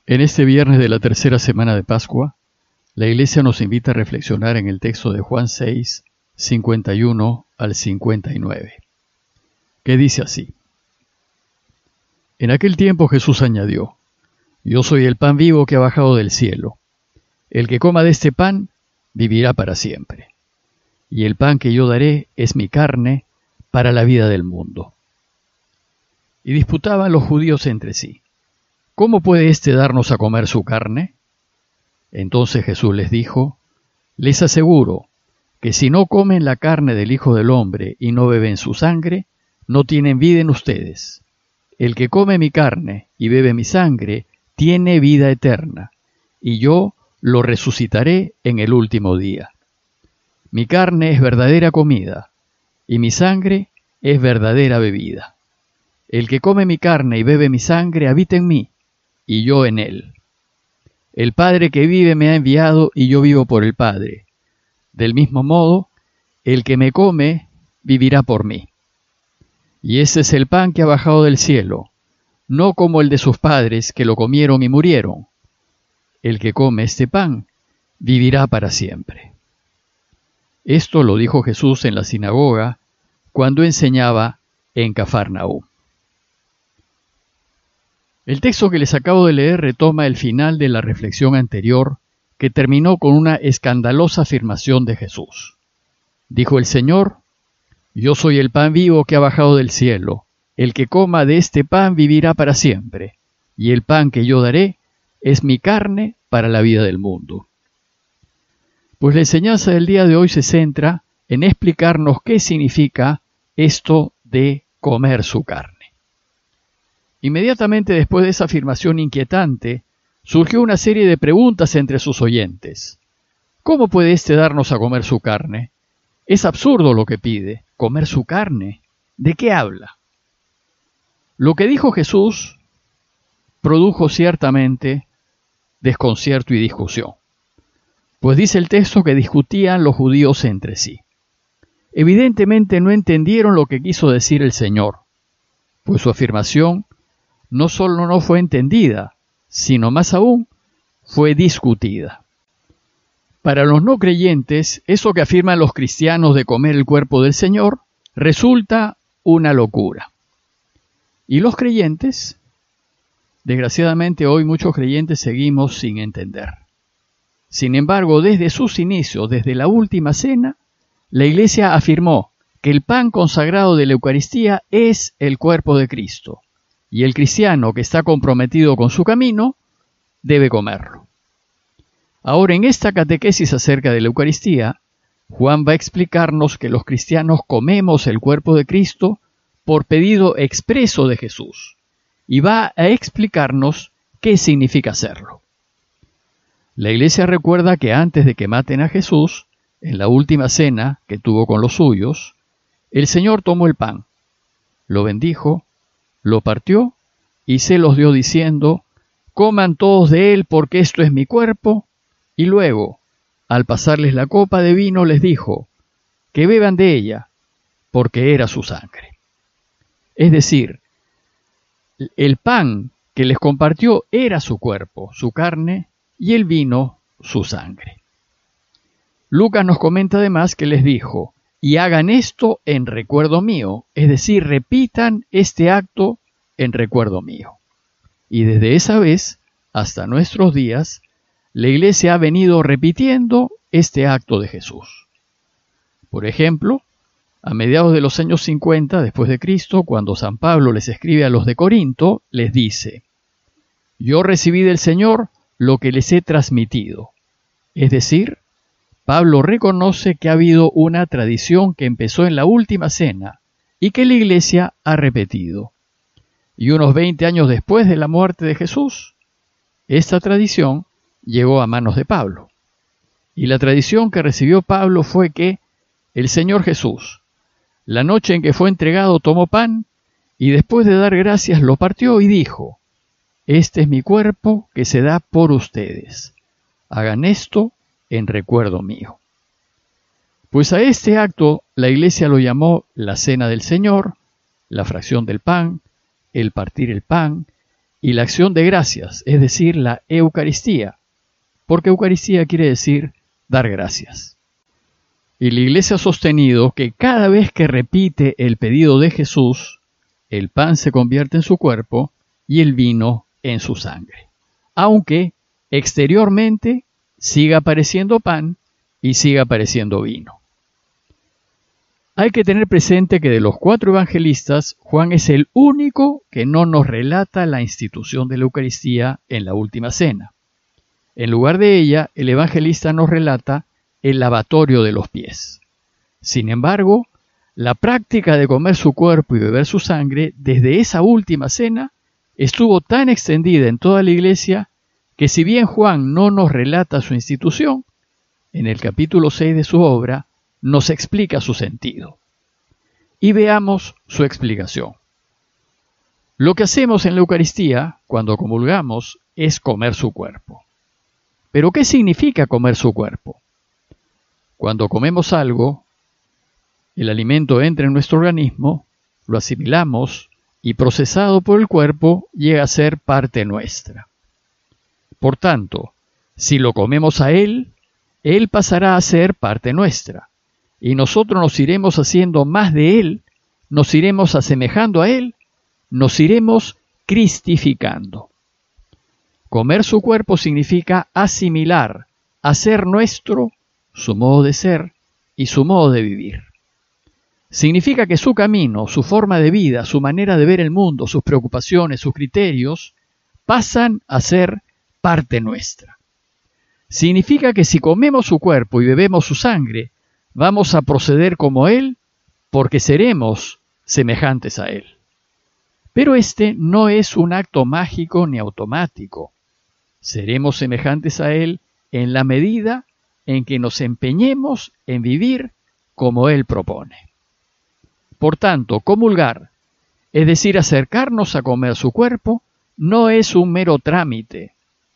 En este viernes de la tercera semana de Pascua, la Iglesia nos invita a reflexionar en el texto de Juan 6, 51 al 59, que dice así: En aquel tiempo Jesús añadió: Yo soy el pan vivo que ha bajado del cielo. El que coma de este pan vivirá para siempre. Y el pan que yo daré es mi carne para la vida del mundo. Y disputaban los judíos entre sí: ¿Cómo puede éste darnos a comer su carne? Entonces Jesús les dijo: Les aseguro que si no comen la carne del Hijo del Hombre y no beben su sangre, no tienen vida en ustedes. El que come mi carne y bebe mi sangre tiene vida eterna, y yo lo resucitaré en el último día. Mi carne es verdadera comida, y mi sangre es verdadera bebida. El que come mi carne y bebe mi sangre habita en mí, y yo en él. El Padre que vive me ha enviado, y yo vivo por el Padre. Del mismo modo, el que me come vivirá por mí. Y ese es el pan que ha bajado del cielo, no como el de sus padres que lo comieron y murieron. El que come este pan vivirá para siempre. Esto lo dijo Jesús en la sinagoga cuando enseñaba en Cafarnaúm. El texto que les acabo de leer retoma el final de la reflexión anterior, que terminó con una escandalosa afirmación de Jesús. Dijo el Señor: Yo soy el pan vivo que ha bajado del cielo. El que coma de este pan vivirá para siempre, y el pan que yo daré es mi carne para la vida del mundo. Pues la enseñanza del día de hoy se centra en explicarnos qué significa esto de comer su carne. Inmediatamente después de esa afirmación inquietante, surgió una serie de preguntas entre sus oyentes. ¿Cómo puede éste darnos a comer su carne? Es absurdo lo que pide, comer su carne. ¿De qué habla? Lo que dijo Jesús produjo ciertamente desconcierto y discusión, pues dice el texto que discutían los judíos entre sí. Evidentemente no entendieron lo que quiso decir el Señor, pues su afirmación no solo no fue entendida, sino más aún fue discutida. Para los no creyentes, eso que afirman los cristianos de comer el cuerpo del Señor resulta una locura. ¿Y los creyentes? Desgraciadamente hoy muchos creyentes seguimos sin entender. Sin embargo, desde sus inicios, desde la última cena, la Iglesia afirmó que el pan consagrado de la Eucaristía es el cuerpo de Cristo, y el cristiano que está comprometido con su camino debe comerlo. Ahora, en esta catequesis acerca de la Eucaristía, Juan va a explicarnos que los cristianos comemos el cuerpo de Cristo por pedido expreso de Jesús, y va a explicarnos qué significa hacerlo. La Iglesia recuerda que antes de que maten a Jesús, en la última cena que tuvo con los suyos, el Señor tomó el pan, lo bendijo, lo partió y se los dio diciendo: Coman todos de él, porque esto es mi cuerpo. Y luego, al pasarles la copa de vino, les dijo: Que beban de ella, porque era su sangre. Es decir, el pan que les compartió era su cuerpo, su carne, y el vino, su sangre. Lucas nos comenta además que les dijo: Y hagan esto en recuerdo mío, es decir, repitan este acto en recuerdo mío. Y desde esa vez hasta nuestros días, la Iglesia ha venido repitiendo este acto de Jesús. Por ejemplo, a mediados de los años 50 después de Cristo, cuando San Pablo les escribe a los de Corinto, les dice: Yo recibí del Señor lo que les he transmitido. Es decir, Pablo reconoce que ha habido una tradición que empezó en la última cena y que la Iglesia ha repetido. Y unos 20 años después de la muerte de Jesús, esta tradición llegó a manos de Pablo. Y la tradición que recibió Pablo fue que el Señor Jesús, la noche en que fue entregado, tomó pan y después de dar gracias lo partió y dijo: Este es mi cuerpo que se da por ustedes. Hagan esto en recuerdo mío. Pues a este acto la Iglesia lo llamó la Cena del Señor, la fracción del pan, el partir el pan, y la acción de gracias, es decir, la Eucaristía, porque Eucaristía quiere decir dar gracias. Y la Iglesia ha sostenido que cada vez que repite el pedido de Jesús, el pan se convierte en su cuerpo y el vino en su sangre, aunque exteriormente siga apareciendo pan y siga apareciendo vino. Hay que tener presente que de los 4 evangelistas, Juan es el único que no nos relata la institución de la Eucaristía en la última cena. En lugar de ella, el evangelista nos relata el lavatorio de los pies. Sin embargo, la práctica de comer su cuerpo y beber su sangre desde esa última cena estuvo tan extendida en toda la Iglesia que si bien Juan no nos relata su institución, en el capítulo 6 de su obra nos explica su sentido. Y veamos su explicación. Lo que hacemos en la Eucaristía, cuando comulgamos, es comer su cuerpo. ¿Pero qué significa comer su cuerpo? Cuando comemos algo, el alimento entra en nuestro organismo, lo asimilamos y procesado por el cuerpo llega a ser parte nuestra. Por tanto, si lo comemos a Él, Él pasará a ser parte nuestra, y nosotros nos iremos haciendo más de Él, nos iremos asemejando a Él, nos iremos cristificando. Comer su cuerpo significa asimilar, hacer nuestro su modo de ser y su modo de vivir. Significa que su camino, su forma de vida, su manera de ver el mundo, sus preocupaciones, sus criterios, pasan a ser parte nuestra. Significa que si comemos su cuerpo y bebemos su sangre, vamos a proceder como Él porque seremos semejantes a Él. Pero este no es un acto mágico ni automático. Seremos semejantes a Él en la medida en que nos empeñemos en vivir como Él propone. Por tanto, comulgar, es decir, acercarnos a comer su cuerpo, no es un mero trámite.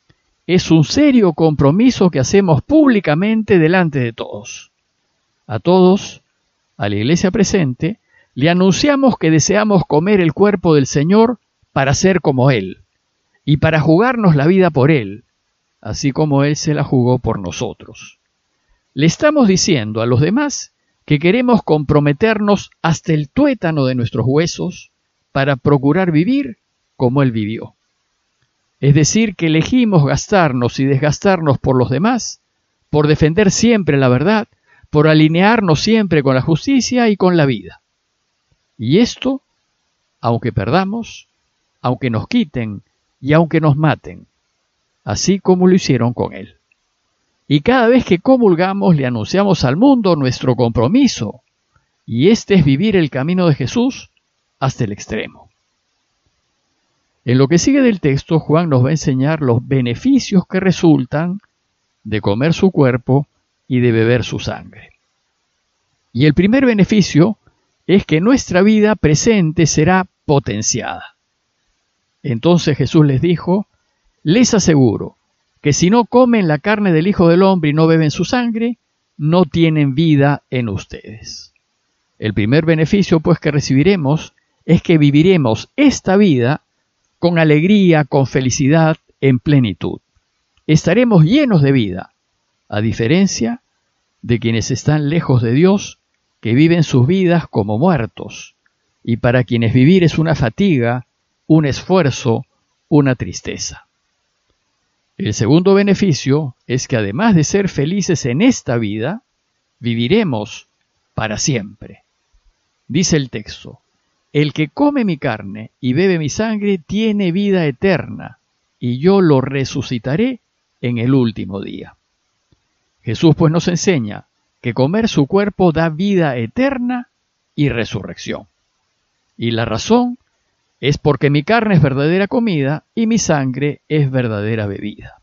Es un serio compromiso que hacemos públicamente delante de todos. A todos, a la iglesia presente, le anunciamos que deseamos comer el cuerpo del Señor para ser como Él y para jugarnos la vida por Él, así como Él se la jugó por nosotros. Le estamos diciendo a los demás que queremos comprometernos hasta el tuétano de nuestros huesos para procurar vivir como Él vivió. Es decir, que elegimos gastarnos y desgastarnos por los demás, por defender siempre la verdad, por alinearnos siempre con la justicia y con la vida. Y esto, aunque perdamos, aunque nos quiten y aunque nos maten, así como lo hicieron con Él. Y cada vez que comulgamos le anunciamos al mundo nuestro compromiso, y este es vivir el camino de Jesús hasta el extremo. En lo que sigue del texto, Juan nos va a enseñar los beneficios que resultan de comer su cuerpo y de beber su sangre. Y el primer beneficio es que nuestra vida presente será potenciada. Entonces Jesús les dijo: les aseguro que si no comen la carne del Hijo del Hombre y no beben su sangre, no tienen vida en ustedes. El primer beneficio, pues, que recibiremos es que viviremos esta vida con alegría, con felicidad, en plenitud. Estaremos llenos de vida, a diferencia de quienes están lejos de Dios, que viven sus vidas como muertos, y para quienes vivir es una fatiga, un esfuerzo, una tristeza. El segundo beneficio es que además de ser felices en esta vida, viviremos para siempre. Dice el texto: el que come mi carne y bebe mi sangre tiene vida eterna, y yo lo resucitaré en el último día. Jesús pues nos enseña que comer su cuerpo da vida eterna y resurrección. Y la razón es porque mi carne es verdadera comida y mi sangre es verdadera bebida.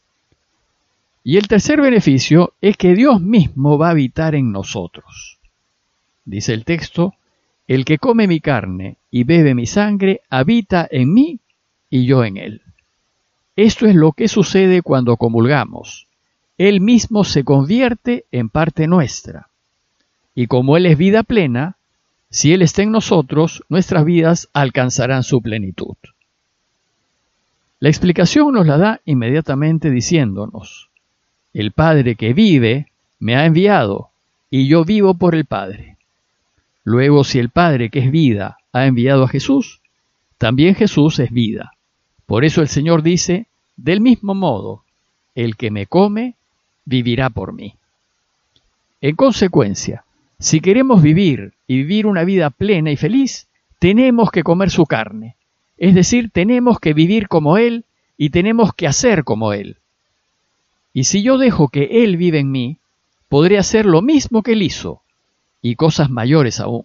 Y el tercer beneficio es que Dios mismo va a habitar en nosotros. Dice el texto: el que come mi carne y bebe mi sangre habita en mí y yo en él. Esto es lo que sucede cuando comulgamos. Él mismo se convierte en parte nuestra. Y como Él es vida plena, si Él está en nosotros, nuestras vidas alcanzarán su plenitud. La explicación nos la da inmediatamente diciéndonos: el Padre que vive me ha enviado, y yo vivo por el Padre. Luego, si el Padre, que es vida, ha enviado a Jesús, también Jesús es vida. Por eso el Señor dice: del mismo modo, el que me come, vivirá por mí. En consecuencia, si queremos vivir y vivir una vida plena y feliz, tenemos que comer su carne. Es decir, tenemos que vivir como Él y tenemos que hacer como Él. Y si yo dejo que Él vive en mí, podré hacer lo mismo que Él hizo, y cosas mayores aún.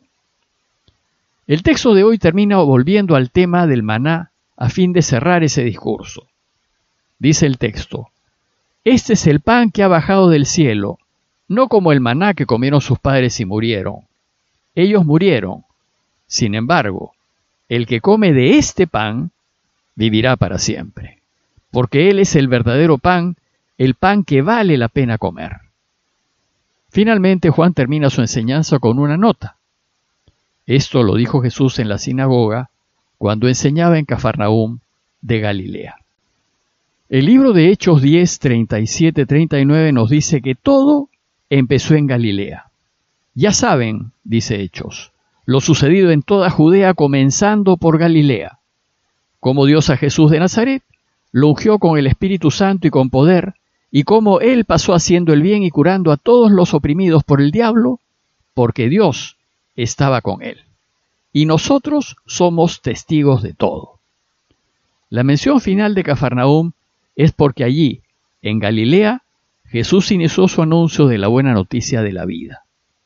El texto de hoy termina volviendo al tema del maná a fin de cerrar ese discurso. Dice el texto: este es el pan que ha bajado del cielo, no como el maná que comieron sus padres y murieron. Ellos murieron. Sin embargo, el que come de este pan vivirá para siempre, porque Él es el verdadero pan, el pan que vale la pena comer. Finalmente, Juan termina su enseñanza con una nota. Esto lo dijo Jesús en la sinagoga cuando enseñaba en Cafarnaúm de Galilea. El libro de Hechos 10, 37-39 nos dice que todo empezó en Galilea. Ya saben, dice Hechos, lo sucedido en toda Judea comenzando por Galilea, cómo Dios a Jesús de Nazaret lo ungió con el Espíritu Santo y con poder, y cómo Él pasó haciendo el bien y curando a todos los oprimidos por el diablo, porque Dios estaba con Él. Y nosotros somos testigos de todo. La mención final de Cafarnaúm es porque allí, en Galilea, Jesús inició su anuncio de la buena noticia de la vida.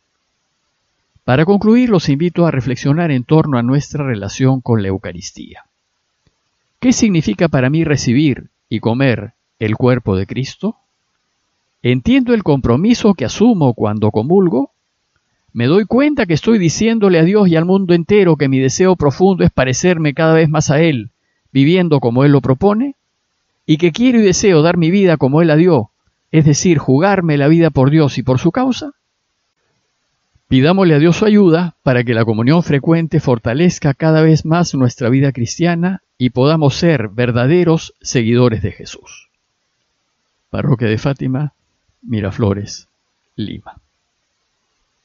Para concluir, los invito a reflexionar en torno a nuestra relación con la Eucaristía. ¿Qué significa para mí recibir y comer el cuerpo de Cristo? ¿Entiendo el compromiso que asumo cuando comulgo? ¿Me doy cuenta que estoy diciéndole a Dios y al mundo entero que mi deseo profundo es parecerme cada vez más a Él, viviendo como Él lo propone? ¿Y que quiero y deseo dar mi vida como Él la dio, es decir, jugarme la vida por Dios y por su causa? Pidámosle a Dios su ayuda para que la comunión frecuente fortalezca cada vez más nuestra vida cristiana y podamos ser verdaderos seguidores de Jesús. Parroquia de Fátima, Miraflores, Lima.